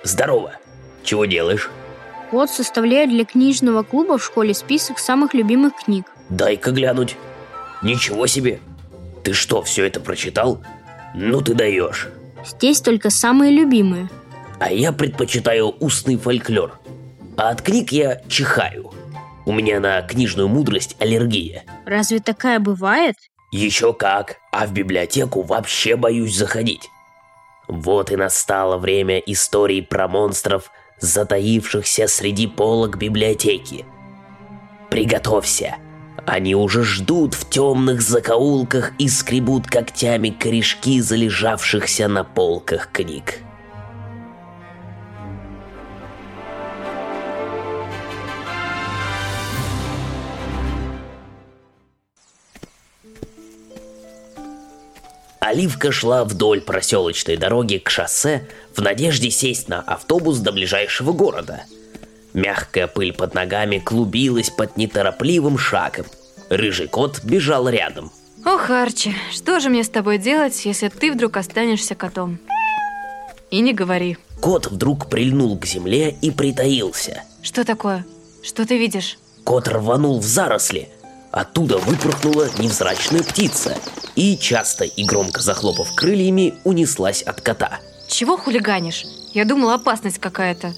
Здорово. Чего делаешь? Вот составляю для книжного клуба в школе список самых любимых книг. Дай-ка глянуть. Ничего себе. Ты что, все это прочитал? Ну ты даешь. Здесь только самые любимые. А я предпочитаю устный фольклор. А от книг я чихаю. У меня на книжную мудрость аллергия. Разве такая бывает? Еще как. А в библиотеку вообще боюсь заходить. Вот и настало время историй про монстров, затаившихся среди полок библиотеки. Приготовься. Они уже ждут в темных закоулках и скребут когтями корешки залежавшихся на полках книг. Оливка шла вдоль проселочной дороги к шоссе в надежде сесть на автобус до ближайшего города. Мягкая пыль под ногами клубилась под неторопливым шагом. Рыжий кот бежал рядом. Ох, Арчи, что же мне с тобой делать, если ты вдруг останешься котом? И не говори. Кот вдруг прильнул к земле и притаился. Что такое? Что ты видишь? Кот рванул в заросли. Оттуда выпорхнула невзрачная птица и, часто и громко захлопав крыльями, унеслась от кота. Чего хулиганишь? Я думала, опасность какая-то.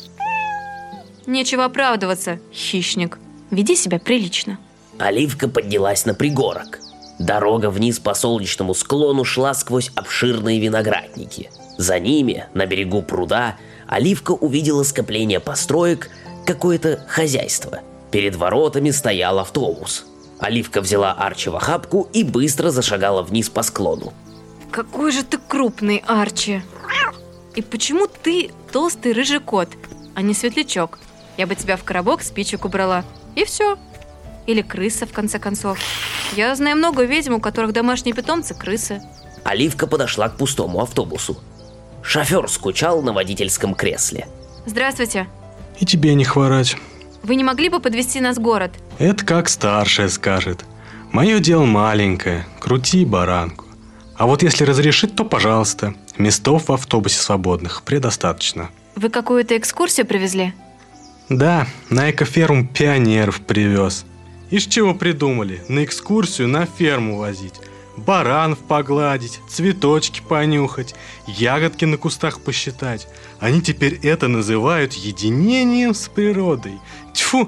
Нечего оправдываться, хищник. Веди себя прилично. Оливка поднялась на пригорок. Дорога вниз по солнечному склону шла сквозь обширные виноградники. За ними, на берегу пруда, Оливка увидела скопление построек, какое-то хозяйство. Перед воротами стоял автобус. Оливка взяла Арчи в охапку и быстро зашагала вниз по склону. Какой же ты крупный, Арчи! И почему ты толстый рыжий кот, а не светлячок? Я бы тебя в коробок спичек убрала, и все. Или крыса, в конце концов. Я знаю много ведьм, у которых домашние питомцы – крысы. Оливка подошла к пустому автобусу. Шофер скучал на водительском кресле. Здравствуйте. И тебе не хворать. Вы не могли бы подвезти нас в город? Это как старшая скажет. Мое дело маленькое, крути баранку. А вот если разрешит, то пожалуйста. Местов в автобусе свободных предостаточно. Вы какую-то экскурсию привезли? Да, на экоферму пионеров привез. Из чего придумали? На экскурсию на ферму возить. Баранов погладить, цветочки понюхать, ягодки на кустах посчитать. Они теперь это называют единением с природой. Тьфу!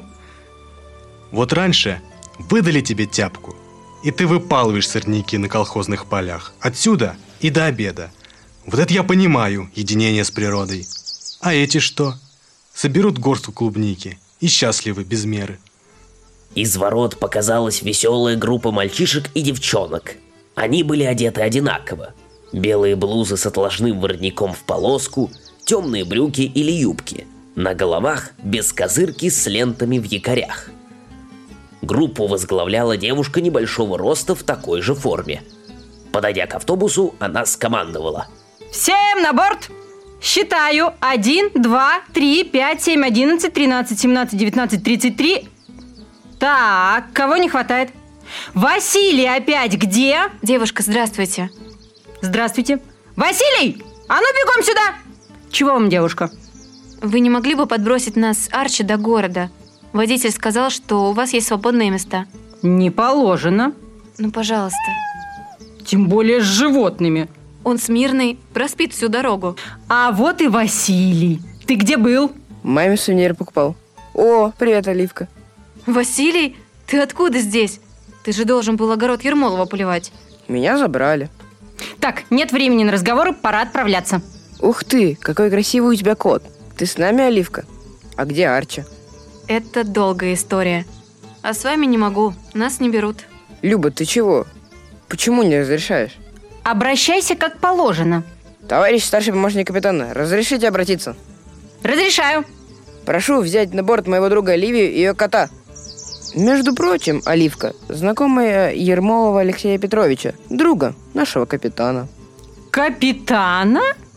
Вот раньше выдали тебе тяпку, и ты выпалываешь сорняки на колхозных полях. Отсюда и до обеда. Вот это я понимаю, единение с природой. А эти что? Соберут горстку клубники и счастливы без меры. Из ворот показалась веселая группа мальчишек и девчонок. Они были одеты одинаково. Белые блузы с отложным воротником в полоску, темные брюки или юбки. На головах бескозырки с лентами в якорях. Группу возглавляла девушка небольшого роста в такой же форме. Подойдя к автобусу, она скомандовала: «Всем на борт! Считаю. 1, 2, 3, 5, 7, 11, 13, 17, 19, 33. Так, кого не хватает? Василий опять где?» Девушка, здравствуйте. Здравствуйте. Василий, а ну бегом сюда! Чего вам, девушка? Вы не могли бы подбросить нас с Арчи до города? Водитель сказал, что у вас есть свободные места. Не положено. Ну, пожалуйста. Тем более с животными. Он смирный, проспит всю дорогу. А вот и Василий. Ты где был? Маме сувенир покупал. О, привет, Оливка. Василий, ты откуда здесь? Ты же должен был огород Ермолова поливать. Меня забрали. Так, нет времени на разговоры, пора отправляться. Ух ты, какой красивый у тебя кот. Ты с нами, Оливка? А где Арчи? Это долгая история. А с вами не могу, нас не берут. Люба, ты чего? Почему не разрешаешь? Обращайся как положено. Товарищ старший помощник капитана, разрешите обратиться? Разрешаю. Прошу взять на борт моего друга Оливию и ее кота. Между прочим, Оливка, знакомая Ермолова Алексея Петровича, друга нашего капитана. Капитана?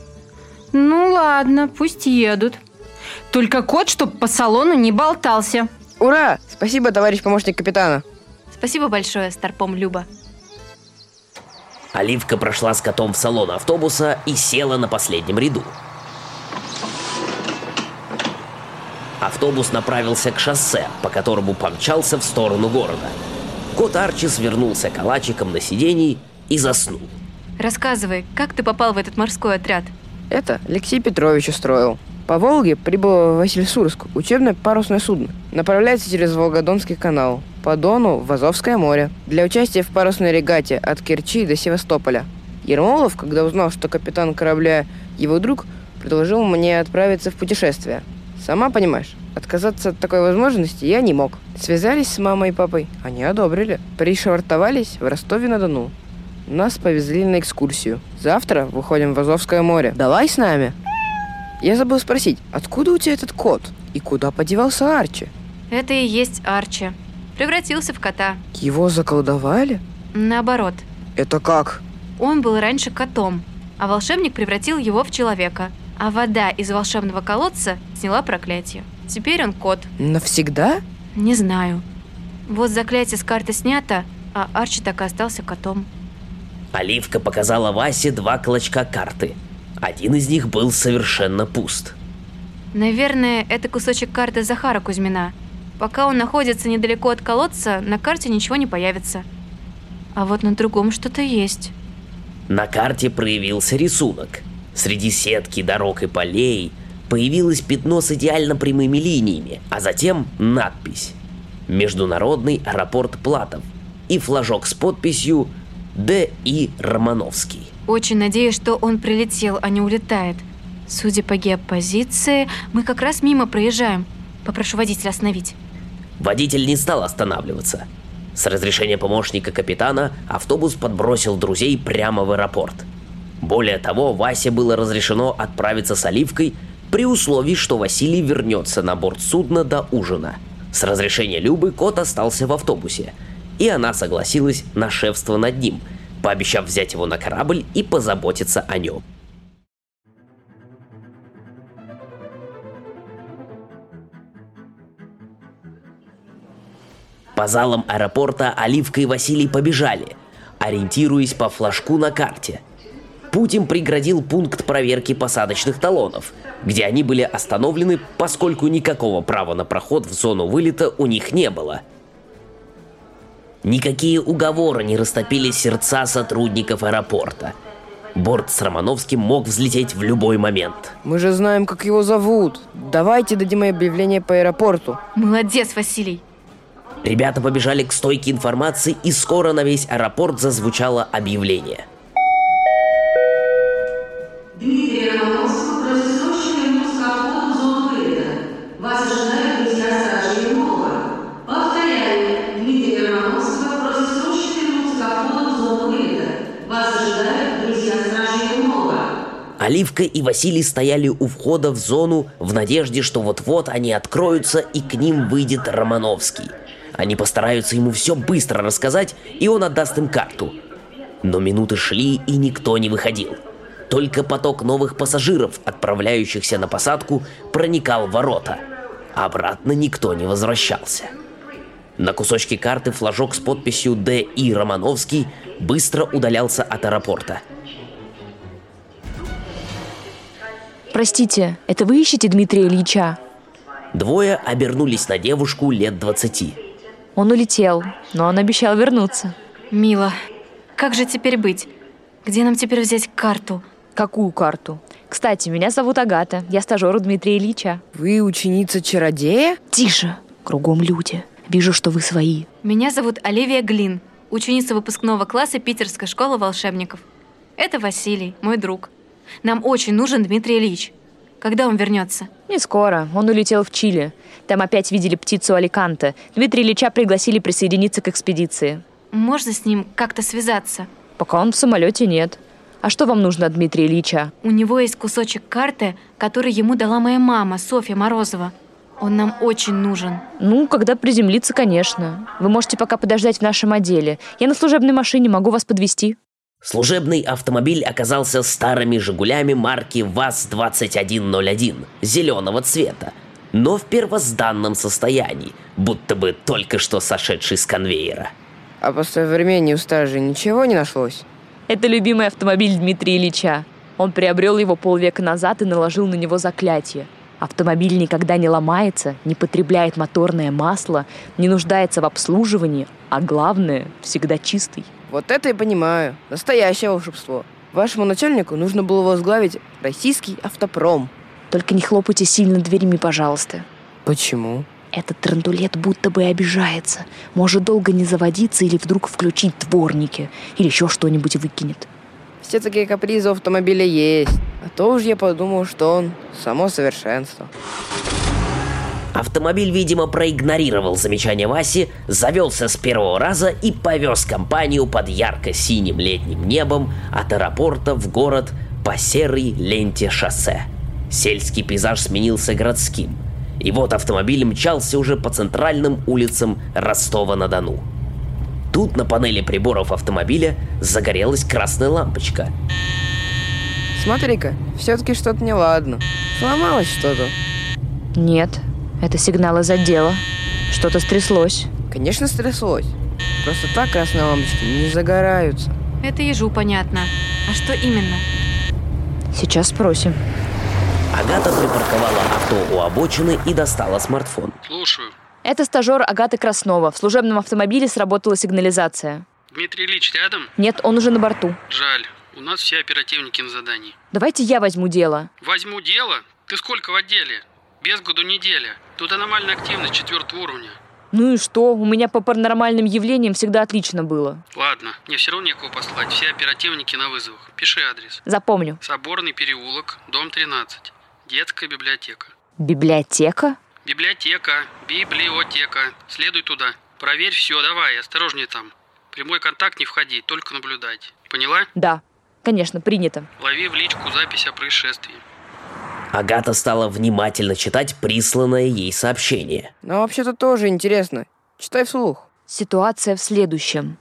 Ну ладно, пусть едут. Только кот, чтоб по салону не болтался. Ура! Спасибо, товарищ помощник капитана. Спасибо большое, старпом Люба. Оливка прошла с котом в салон автобуса и села на последнем ряду. Автобус направился к шоссе, по которому помчался в сторону города. Кот Арчи свернулся калачиком на сиденье и заснул. Рассказывай, как ты попал в этот морской отряд? Это Алексей Петрович устроил. По Волге прибыло в Василисурск учебное парусное судно. Направляется через Волгодонский канал, по Дону в Азовское море, для участия в парусной регате от Керчи до Севастополя. Ермолов, когда узнал, что капитан корабля его друг, предложил мне отправиться в путешествие. Сама понимаешь, отказаться от такой возможности я не мог. Связались с мамой и папой, они одобрили. Пришвартовались в Ростове-на-Дону. Нас повезли на экскурсию. Завтра выходим в Азовское море. Давай с нами. Я забыл спросить, откуда у тебя этот кот? И куда подевался Арчи? Это и есть Арчи. Превратился в кота. Его заколдовали? Наоборот. Это как? Он был раньше котом, а волшебник превратил его в человека. А вода из волшебного колодца сняла проклятие. Теперь он кот. Навсегда? Не знаю. Вот заклятие с карты снято, а Арчи так и остался котом. Оливка показала Васе 2 клочка карты. Один из них был совершенно пуст. Наверное, это кусочек карты Захара Кузьмина. Пока он находится недалеко от колодца, на карте ничего не появится. А вот на другом что-то есть. На карте проявился рисунок. Среди сетки дорог и полей появилось пятно с идеально прямыми линиями, а затем надпись «Международный аэропорт Платов» и флажок с подписью «Д.И. Романовский». Очень надеюсь, что он прилетел, а не улетает. Судя по геопозиции, мы как раз мимо проезжаем. Попрошу водителя остановить. Водитель не стал останавливаться. С разрешения помощника капитана автобус подбросил друзей прямо в аэропорт. Более того, Васе было разрешено отправиться с Оливкой при условии, что Василий вернется на борт судна до ужина. С разрешения Любы кот остался в автобусе, и она согласилась на шефство над ним, пообещав взять его на корабль и позаботиться о нем. По залам аэропорта Оливка и Василий побежали, ориентируясь по флажку на карте. Путь им преградил пункт проверки посадочных талонов, где они были остановлены, поскольку никакого права на проход в зону вылета у них не было. Никакие уговоры не растопили сердца сотрудников аэропорта. Борт с Романовским мог взлететь в любой момент. Мы же знаем, как его зовут. Давайте дадим объявление по аэропорту. Молодец, Василий. Ребята побежали к стойке информации, и скоро на весь аэропорт зазвучало объявление. Дмитрий Романовского просит срочно вернуться к входу в зону вылета. Вас ожидают друзья Саши Ермолова. Повторяю, Дмитрий Романовского просит срочно вернуться к входу в зону вылета. Вас ожидают друзья Саши Ермолова. Оливка и Василий стояли у входа в зону в надежде, что вот-вот они откроются и к ним выйдет Романовский. Они постараются ему все быстро рассказать, и он отдаст им карту. Но минуты шли, и никто не выходил. Только поток новых пассажиров, отправляющихся на посадку, проникал в ворота. Обратно никто не возвращался. На кусочке карты флажок с подписью «Д.И. Романовский» быстро удалялся от аэропорта. Простите, это вы ищете Дмитрия Ильича? Двое обернулись на девушку лет 20. Он улетел, но он обещал вернуться. Мила, как же теперь быть? Где нам теперь взять карту? Какую карту? Кстати, меня зовут Агата, я стажер у Дмитрия Ильича. Вы ученица чародея? Тише, кругом люди. Вижу, что вы свои. Меня зовут Оливия Глин, ученица выпускного класса Питерской школы волшебников. Это Василий, мой друг. Нам очень нужен Дмитрий Ильич. Когда он вернется? Не скоро, он улетел в Чили. Там опять видели птицу Аликанте. Дмитрия Ильича пригласили присоединиться к экспедиции. Можно с ним как-то связаться? Пока он в самолете, нет. А что вам нужно от Дмитрия Ильича? У него есть кусочек карты, который ему дала моя мама, Софья Морозова. Он нам очень нужен. Ну, когда приземлиться, конечно. Вы можете пока подождать в нашем отделе. Я на служебной машине, могу вас подвезти. Служебный автомобиль оказался старыми «Жигулями» марки ВАЗ-2101 зеленого цвета, но в первозданном состоянии, будто бы только что сошедший с конвейера. А по современнию стажи ничего не нашлось? Это любимый автомобиль Дмитрия Ильича. Он приобрел его полвека назад и наложил на него заклятие. Автомобиль никогда не ломается, не потребляет моторное масло, не нуждается в обслуживании, а главное, всегда чистый. Вот это я понимаю. Настоящее волшебство. Вашему начальнику нужно было возглавить российский автопром. Только не хлопайте сильно дверьми, пожалуйста. Почему? Этот драндулет будто бы обижается. Может долго не заводиться или вдруг включить дворники, или еще что-нибудь выкинет. Все такие капризы у автомобиля есть. А то уж я подумал, что он само совершенство. Автомобиль, видимо, проигнорировал замечание Васи, завелся с первого раза и повез компанию под ярко-синим летним небом от аэропорта в город по серой ленте шоссе. Сельский пейзаж сменился городским. И вот автомобиль мчался уже по центральным улицам Ростова-на-Дону. Тут на панели приборов автомобиля загорелась красная лампочка. Смотри-ка, все-таки что-то неладно. Сломалось что-то. Нет, это сигнал из отдела. Что-то стряслось. Конечно, стряслось. Просто так красные лампочки не загораются. Это ежу понятно. А что именно? Сейчас спросим. Агата припарковала авто у обочины и достала смартфон. Слушаю. Это стажер Агаты Краснова. В служебном автомобиле сработала сигнализация. Дмитрий Ильич рядом? Нет, он уже на борту. Жаль. У нас все оперативники на задании. Давайте я возьму дело. Возьму дело? Ты сколько в отделе? Без году неделя. Тут аномальная активность 4-го уровня. Ну и что? У меня по паранормальным явлениям всегда отлично было. Ладно, мне все равно некого послать. Все оперативники на вызовах. Пиши адрес. Запомню. Соборный переулок, дом 13. Детская библиотека. Библиотека? Библиотека. Библиотека. Следуй туда. Проверь все, давай, осторожнее там. Прямой контакт не входи, только наблюдать. Поняла? Да, конечно, принято. Лови в личку запись о происшествии. Агата стала внимательно читать присланное ей сообщение. Но вообще-то тоже интересно. Читай вслух. Ситуация в следующем.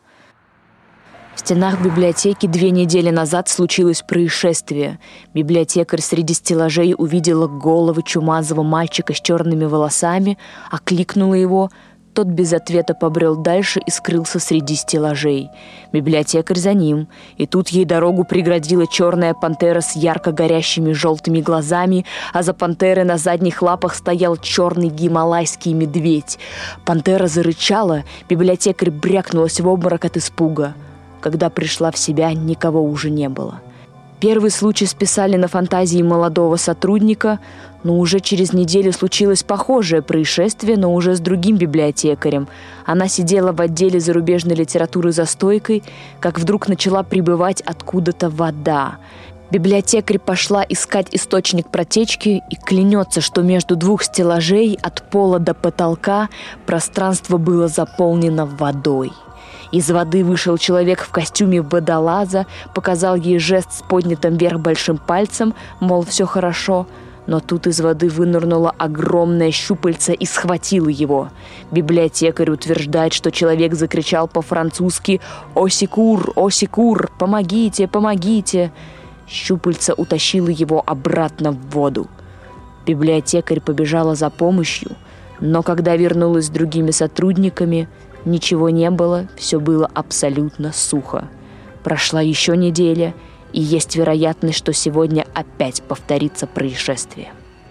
В стенах библиотеки 2 недели назад случилось происшествие. Библиотекарь среди стеллажей увидела голову чумазого мальчика с черными волосами, окликнула его. Тот без ответа побрел дальше и скрылся среди стеллажей. Библиотекарь за ним. И тут ей дорогу преградила черная пантера с ярко горящими желтыми глазами, а за пантерой на задних лапах стоял черный гималайский медведь. Пантера зарычала, библиотекарь брякнулась в обморок от испуга. Когда пришла в себя, никого уже не было. Первый случай списали на фантазии молодого сотрудника, но уже через неделю случилось похожее происшествие, но уже с другим библиотекарем. Она сидела в отделе зарубежной литературы за стойкой, как вдруг начала прибывать откуда-то вода. Библиотекарь пошла искать источник протечки и клянется, что между 2 стеллажей от пола до потолка пространство было заполнено водой. Из воды вышел человек в костюме водолаза, показал ей жест с поднятым вверх большим пальцем, мол, все хорошо. Но тут из воды вынырнуло огромное щупальце и схватило его. Библиотекарь утверждает, что человек закричал по-французски «О-секур! О-секур! Помогите! Помогите!». Щупальце утащило его обратно в воду. Библиотекарь побежала за помощью, но когда вернулась с другими сотрудниками, ничего не было, все было абсолютно сухо. Прошла еще неделя, и есть вероятность, что сегодня опять повторится происшествие.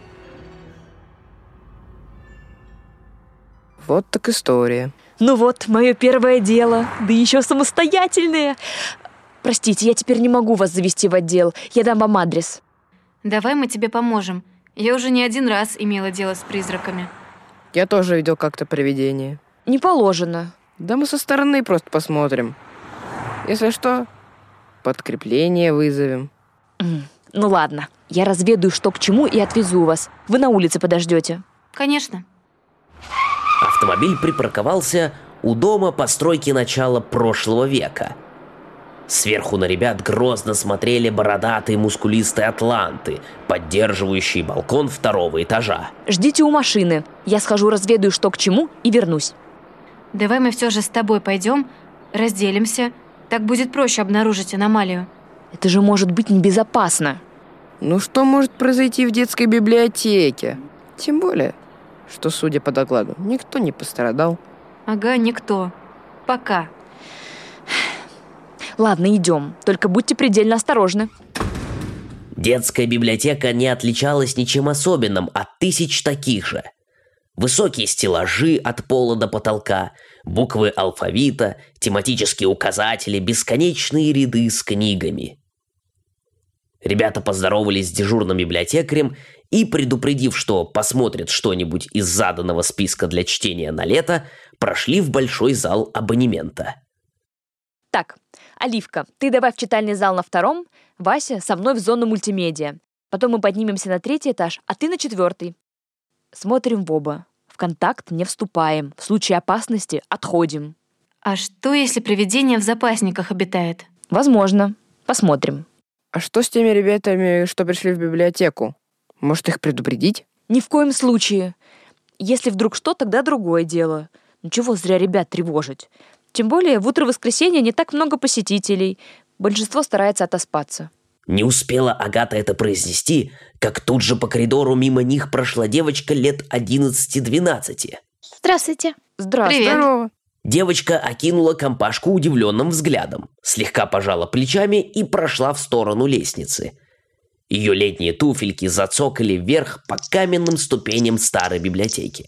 Вот так история. Ну вот, мое первое дело, да еще самостоятельное. Простите, я теперь не могу вас завести в отдел, я дам вам адрес. Давай мы тебе поможем. Я уже не один раз имела дело с призраками. Я тоже видел как-то привидение. Не положено. Да мы со стороны просто посмотрим. Если что, подкрепление вызовем. Ну ладно, я разведаю, что к чему, и отвезу вас. Вы на улице подождете. Конечно. Автомобиль припарковался у дома постройки начала прошлого века. Сверху на ребят грозно смотрели бородатые мускулистые атланты, поддерживающие балкон 2-го этажа. Ждите у машины. Я схожу, разведаю, что к чему, и вернусь. Давай мы все же с тобой пойдем, разделимся. Так будет проще обнаружить аномалию. Это же может быть небезопасно. Ну что может произойти в детской библиотеке? Тем более, что, судя по докладу, никто не пострадал. Ага, никто. Пока. Ладно, идем. Только будьте предельно осторожны. Детская библиотека не отличалась ничем особенным от тысяч таких же. Высокие стеллажи от пола до потолка, буквы алфавита, тематические указатели, бесконечные ряды с книгами. Ребята поздоровались с дежурным библиотекарем и, предупредив, что посмотрят что-нибудь из заданного списка для чтения на лето, прошли в большой зал абонемента. Так, Оливка, ты давай в читальный зал на 2-м, Вася со мной в зону мультимедиа. Потом мы поднимемся на 3-й этаж, а ты на 4-й. Смотрим в оба. В контакт не вступаем. В случае опасности отходим. А что, если привидение в запасниках обитает? Возможно. Посмотрим. А что с теми ребятами, что пришли в библиотеку? Может, их предупредить? Ни в коем случае. Если вдруг что, тогда другое дело. Ну чего зря ребят тревожить? Тем более в утро воскресенья не так много посетителей. Большинство старается отоспаться. Не успела Агата это произнести, как тут же по коридору мимо них прошла девочка лет 11-12. Здравствуйте. Здравствуй. Привет. Здорово. Девочка окинула компашку удивленным взглядом, слегка пожала плечами и прошла в сторону лестницы. Ее летние туфельки зацокали вверх по каменным ступеням старой библиотеки.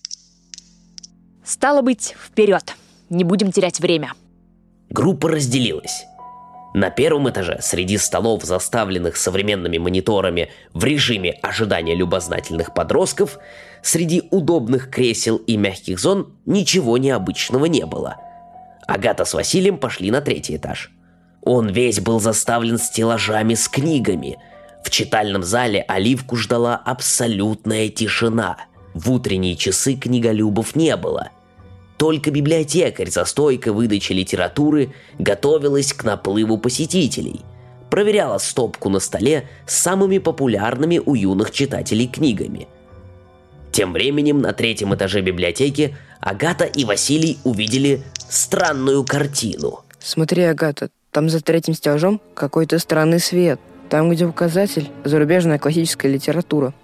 Стало быть, вперед. Не будем терять время. Группа разделилась. На первом этаже, среди столов, заставленных современными мониторами в режиме ожидания любознательных подростков, среди удобных кресел и мягких зон ничего необычного не было. Агата с Василием пошли на 3-й этаж. Он весь был заставлен стеллажами с книгами. В читальном зале Оливку ждала абсолютная тишина. В утренние часы книголюбов не было. Только библиотекарь за стойкой выдачи литературы готовилась к наплыву посетителей. Проверяла стопку на столе с самыми популярными у юных читателей книгами. Тем временем на 3-м этаже библиотеки Агата и Василий увидели странную картину. Смотри, Агата, там за 3-м стеллажом какой-то странный свет. Там, где указатель, зарубежная классическая литература.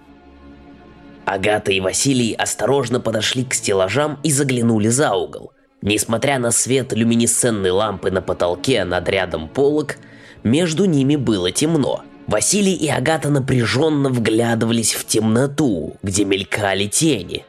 Агата и Василий осторожно подошли к стеллажам и заглянули за угол. Несмотря на свет люминесцентной лампы на потолке над рядом полок, между ними было темно. Василий и Агата напряженно вглядывались в темноту, где мелькали тени.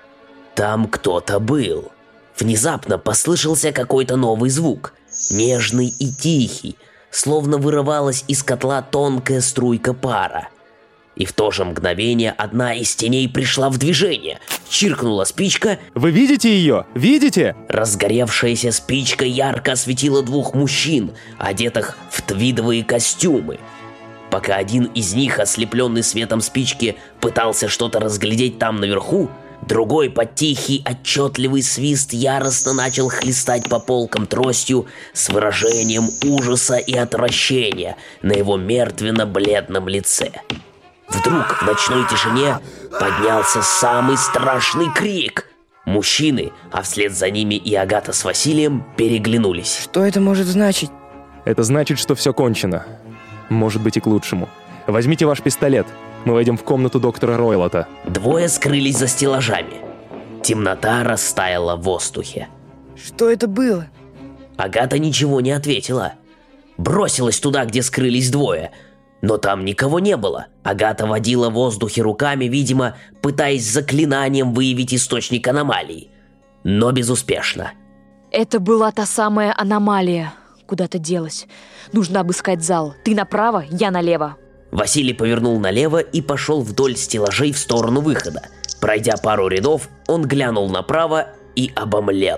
Там кто-то был. Внезапно послышался какой-то новый звук, нежный и тихий, словно вырывалась из котла тонкая струйка пара. И в то же мгновение одна из теней пришла в движение. Чиркнула спичка. Вы видите ее? Видите? Разгоревшаяся спичка ярко осветила 2 мужчин, одетых в твидовые костюмы. Пока один из них, ослепленный светом спички, пытался что-то разглядеть там наверху, другой под тихий отчетливый свист яростно начал хлестать по полкам тростью с выражением ужаса и отвращения на его мертвенно-бледном лице. Вдруг в ночной тишине поднялся самый страшный крик. Мужчины, а вслед за ними и Агата с Василием, переглянулись. Что это может значить? Это значит, что все кончено. Может быть и к лучшему. Возьмите ваш пистолет. Мы войдем в комнату доктора Ройлота. 2 скрылись за стеллажами. Темнота растаяла в воздухе. Что это было? Агата ничего не ответила. Бросилась туда, где скрылись 2. Но там никого не было. Агата водила в воздухе руками, видимо, пытаясь заклинанием выявить источник аномалий. Но безуспешно. Это была та самая аномалия. Куда-то делась. Нужно обыскать зал. Ты направо, я налево. Василий повернул налево и пошел вдоль стеллажей в сторону выхода. Пройдя пару рядов, он глянул направо и обомлел.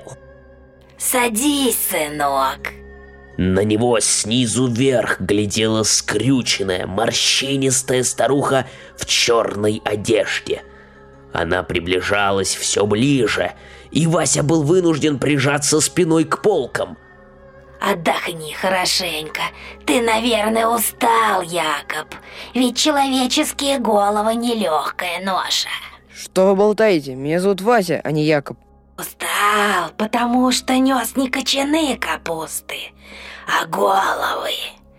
Садись, сынок. На него снизу вверх глядела скрюченная, морщинистая старуха в черной одежде. Она приближалась все ближе, и Вася был вынужден прижаться спиной к полкам. Отдохни хорошенько. Ты, наверное, устал, Якоб. Ведь человеческие головы нелегкая ноша. Что вы болтаете? Меня зовут Вася, а не Якоб. Устал, потому что нес не кочаны капусты, а головы.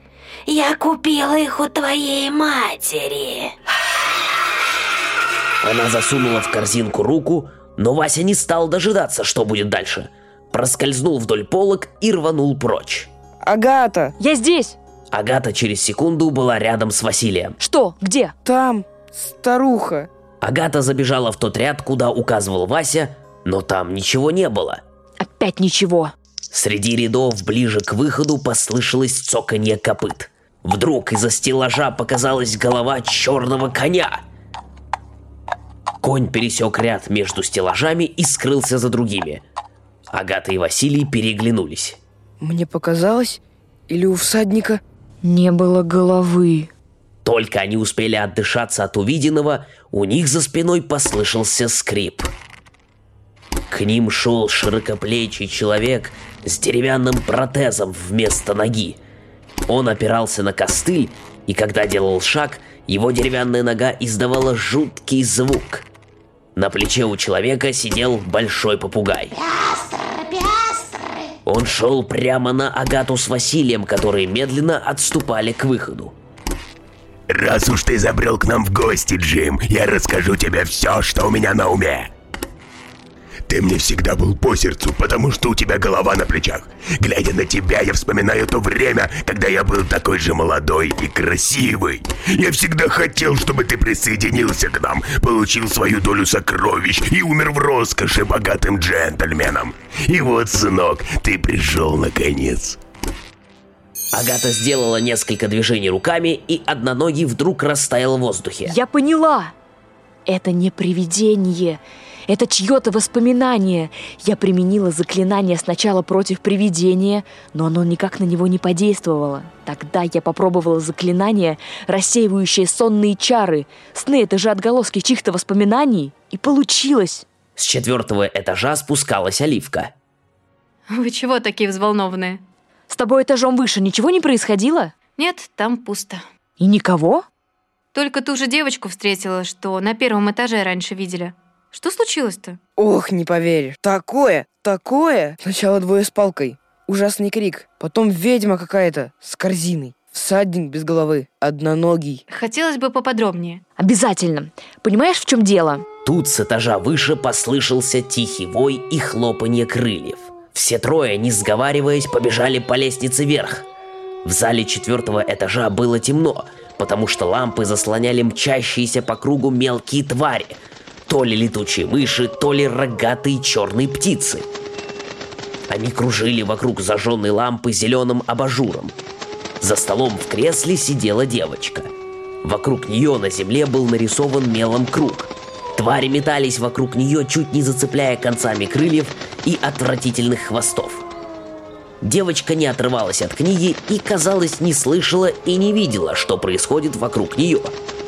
Я купила их у твоей матери. Она засунула в корзинку руку, но Вася не стал дожидаться, что будет дальше. Проскользнул вдоль полок и рванул прочь. Агата! Я здесь! Агата через секунду была рядом с Василием. Что? Где? Там старуха. Агата забежала в тот ряд, куда указывал Вася, но там ничего не было. Опять ничего. Среди рядов ближе к выходу послышалось цоканье копыт. Вдруг из-за стеллажа показалась голова черного коня. Конь пересек ряд между стеллажами и скрылся за другими. Агата и Василий переглянулись. Мне показалось? Или у всадника? Не было головы. Только они успели отдышаться от увиденного, у них за спиной послышался скрип. К ним шел широкоплечий человек с деревянным протезом вместо ноги. Он опирался на костыль, и когда делал шаг, его деревянная нога издавала жуткий звук. На плече у человека сидел большой попугай. Он шел прямо на Агату с Василием, которые медленно отступали к выходу. Раз уж ты забрел к нам в гости, Джим, я расскажу тебе все, что у меня на уме. Ты мне всегда был по сердцу, потому что у тебя голова на плечах. Глядя на тебя, я вспоминаю то время, когда я был такой же молодой и красивый. Я всегда хотел, чтобы ты присоединился к нам, получил свою долю сокровищ и умер в роскоши богатым джентльменом. И вот, сынок, ты пришел наконец. Агата сделала несколько движений руками, и одноногий вдруг растаял в воздухе. Я поняла. Это не привидение. Это чье-то воспоминание. Я применила заклинание сначала против привидения, но оно никак на него не подействовало. Тогда я попробовала заклинание, рассеивающее сонные чары. Сны — это же отголоски чьих-то воспоминаний. И получилось. С 4-го этажа спускалась Оливка. Вы чего такие взволнованные? С тобой этажом выше ничего не происходило? Нет, там пусто. И никого? Только ту же девочку встретила, что на 1-м этаже раньше видели. Что случилось-то? Ох, не поверишь. Такое! Сначала двое с палкой. Ужасный крик. Потом ведьма какая-то с корзиной. Всадник без головы. Одноногий. Хотелось бы поподробнее. Обязательно. Понимаешь, в чем дело? Тут с этажа выше послышался тихий вой и хлопанье крыльев. Все трое, не сговариваясь, побежали по лестнице вверх. В зале 4-го этажа было темно, потому что лампы заслоняли мчащиеся по кругу мелкие твари. То ли летучие мыши, то ли рогатые черные птицы. Они кружили вокруг зажженной лампы зеленым абажуром. За столом в кресле сидела девочка. Вокруг нее на земле был нарисован мелом круг. Твари метались вокруг нее, чуть не зацепляя концами крыльев и отвратительных хвостов. Девочка не отрывалась от книги и, казалось, не слышала и не видела, что происходит вокруг нее.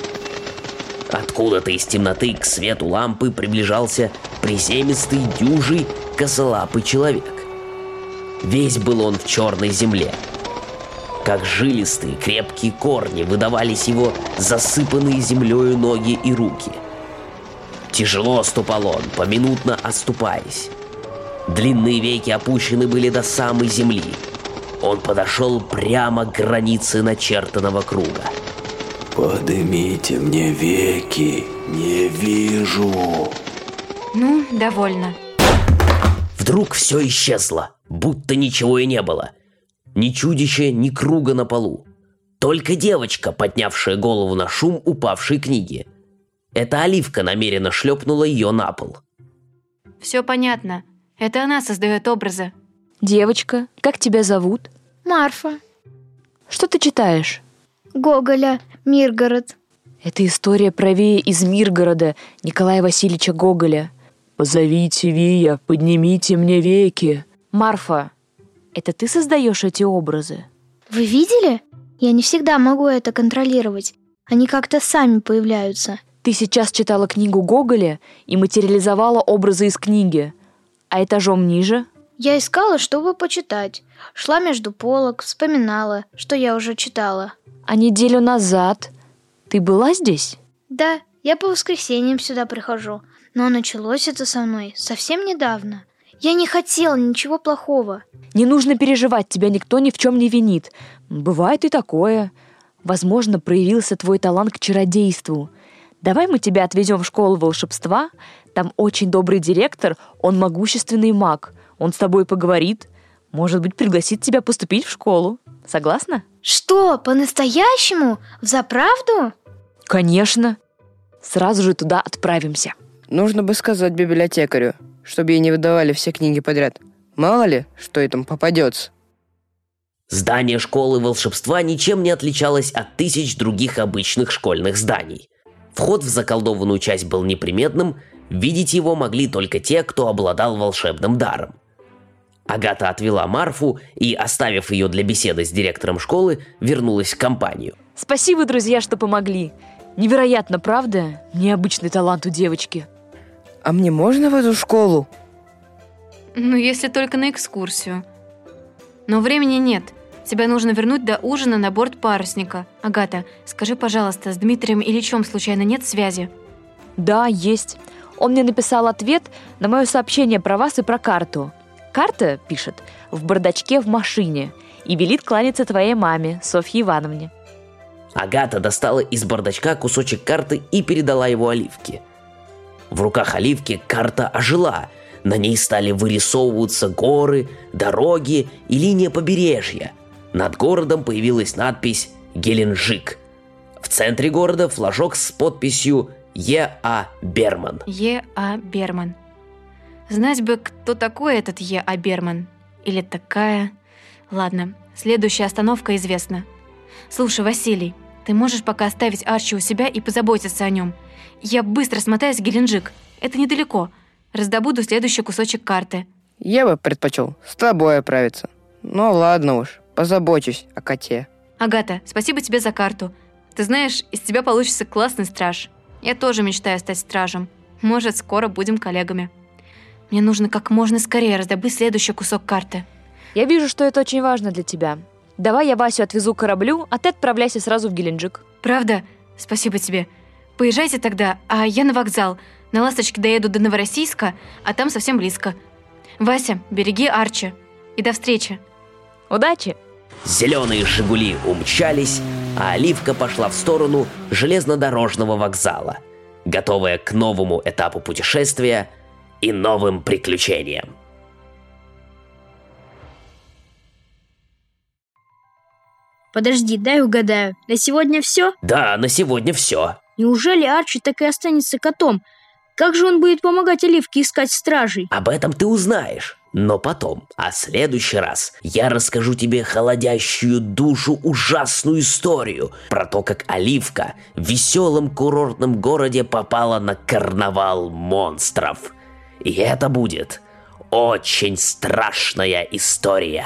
Откуда-то из темноты к свету лампы приближался приземистый, дюжий, косолапый человек. Весь был он в черной земле. Как жилистые, крепкие корни выдавались его засыпанные землею ноги и руки. Тяжело ступал он, поминутно оступаясь. Длинные веки опущены были до самой земли. Он подошел прямо к границе начертанного круга. «Поднимите мне веки, не вижу». Ну, довольно. Вдруг все исчезло, будто ничего и не было. Ни чудища, ни круга на полу. Только девочка, поднявшая голову на шум упавшей книги. Эта Оливка намеренно шлепнула ее на пол. Все понятно. Это она создает образы. Девочка, как тебя зовут? Марфа. Что ты читаешь? Гоголя, Миргород. Это история про Вия из Миргорода, Николая Васильевича Гоголя. «Позовите Вия, поднимите мне веки». Марфа, это ты создаешь эти образы? Вы видели? Я не всегда могу это контролировать. Они как-то сами появляются. Ты сейчас читала книгу Гоголя и материализовала образы из книги. А этажом ниже? Я искала, чтобы почитать. Шла между полок, вспоминала, что я уже читала. А неделю назад ты была здесь? Да, я по воскресеньям сюда прихожу. Но началось это со мной совсем недавно. Я не хотела ничего плохого. Не нужно переживать, тебя никто ни в чем не винит. Бывает и такое. Возможно, проявился твой талант к чародейству. Давай мы тебя отвезем в школу волшебства. Там очень добрый директор, он могущественный маг. Он с тобой поговорит. Может быть, пригласит тебя поступить в школу. Согласна? Что, по-настоящему? Взаправду? Конечно. Сразу же туда отправимся. Нужно бы сказать библиотекарю, чтобы ей не выдавали все книги подряд. Мало ли, что ей там попадется. Здание школы волшебства ничем не отличалось от тысяч других обычных школьных зданий. Вход в заколдованную часть был неприметным, видеть его могли только те, кто обладал волшебным даром. Агата отвела Марфу и, оставив ее для беседы с директором школы, вернулась в компанию. Спасибо, друзья, что помогли. Невероятно, правда? Необычный талант у девочки. А мне можно в эту школу? Ну, если только на экскурсию. Но времени нет. Тебя нужно вернуть до ужина на борт парусника. Агата, скажи, пожалуйста, с Дмитрием Ильичем случайно нет связи? Да, есть. Он мне написал ответ на мое сообщение про вас и про карту. Карта, пишет, в бардачке в машине и велит кланяться твоей маме, Софье Ивановне. Агата достала из бардачка кусочек карты и передала его Оливке. В руках Оливки карта ожила. На ней стали вырисовываться горы, дороги и линия побережья. Над городом появилась надпись «Геленджик». В центре города флажок с подписью «Е.А. Берман». Е.А. Берман. Знать бы, кто такой этот Е.А. Берман. Или такая. Ладно, следующая остановка известна. Слушай, Василий, ты можешь пока оставить Арчи у себя и позаботиться о нем? Я быстро смотаюсь в Геленджик. Это недалеко. Раздобуду следующий кусочек карты. Я бы предпочел с тобой отправиться. Ну ладно уж, позабочусь о коте. Агата, спасибо тебе за карту. Ты знаешь, из тебя получится классный страж. Я тоже мечтаю стать стражем. Может, скоро будем коллегами. Мне нужно как можно скорее раздобыть следующий кусок карты. Я вижу, что это очень важно для тебя. Давай я Васю отвезу к кораблю, а ты отправляйся сразу в Геленджик. Правда? Спасибо тебе. Поезжайте тогда, а я на вокзал. На «Ласточке» доеду до Новороссийска, а там совсем близко. Вася, береги Арчи. И до встречи. Удачи! Зеленые «Жигули» умчались, а Оливка пошла в сторону железнодорожного вокзала, готовая к новому этапу путешествия и новым приключениям. Подожди, дай угадаю. На сегодня все? Да, на сегодня все. Неужели Арчи так и останется котом? Как же он будет помогать Оливке искать стражей? Об этом ты узнаешь. Но потом, а в следующий раз я расскажу тебе холодящую душу ужасную историю про то, как Оливка в веселом курортном городе попала на карнавал монстров. И это будет очень страшная история.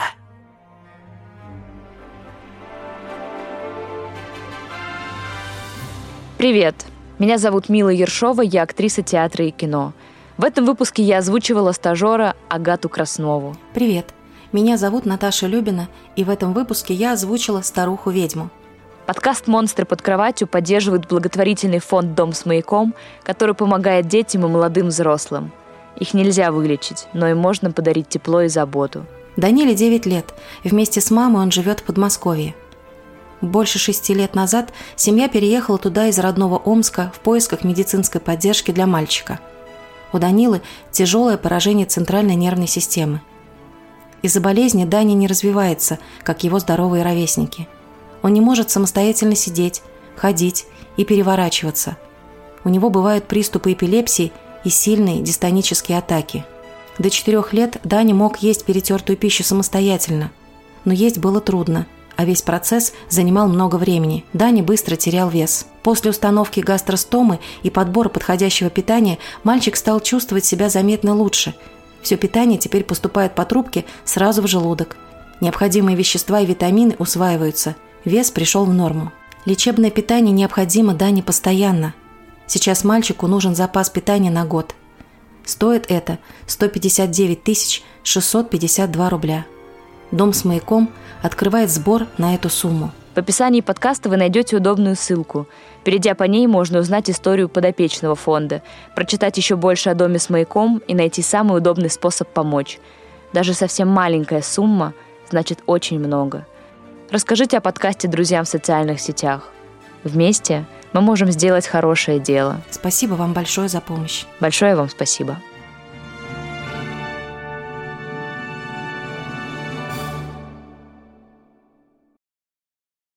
Привет, меня зовут Мила Ершова, я актриса театра и кино. В этом выпуске я озвучивала стажера Агату Краснову. Привет, меня зовут Наташа Любина, и в этом выпуске я озвучила старуху-ведьму. Подкаст «Монстры под кроватью» поддерживает благотворительный фонд «Дом с маяком», который помогает детям и молодым взрослым. Их нельзя вылечить, но им можно подарить тепло и заботу. Даниле 9 лет. Вместе с мамой он живет в Подмосковье. Больше 6 лет назад семья переехала туда из родного Омска в поисках медицинской поддержки для мальчика. У Данилы тяжелое поражение центральной нервной системы. Из-за болезни Даня не развивается, как его здоровые ровесники. Он не может самостоятельно сидеть, ходить и переворачиваться. У него бывают приступы эпилепсии и сильные дистонические атаки. До 4 лет Даня мог есть перетертую пищу самостоятельно, но есть было трудно, а весь процесс занимал много времени. Даня быстро терял вес. После установки гастростомы и подбора подходящего питания мальчик стал чувствовать себя заметно лучше. Все питание теперь поступает по трубке сразу в желудок. Необходимые вещества и витамины усваиваются. Вес пришел в норму. Лечебное питание необходимо Дане постоянно. Сейчас мальчику нужен запас питания на год. Стоит это 159 652 рубля. Дом с маяком открывает сбор на эту сумму. В описании подкаста вы найдете удобную ссылку. Перейдя по ней, можно узнать историю подопечного фонда, прочитать еще больше о Доме с маяком и найти самый удобный способ помочь. Даже совсем маленькая сумма значит очень много. Расскажите о подкасте друзьям в социальных сетях. Вместе мы можем сделать хорошее дело. Спасибо вам большое за помощь. Большое вам спасибо.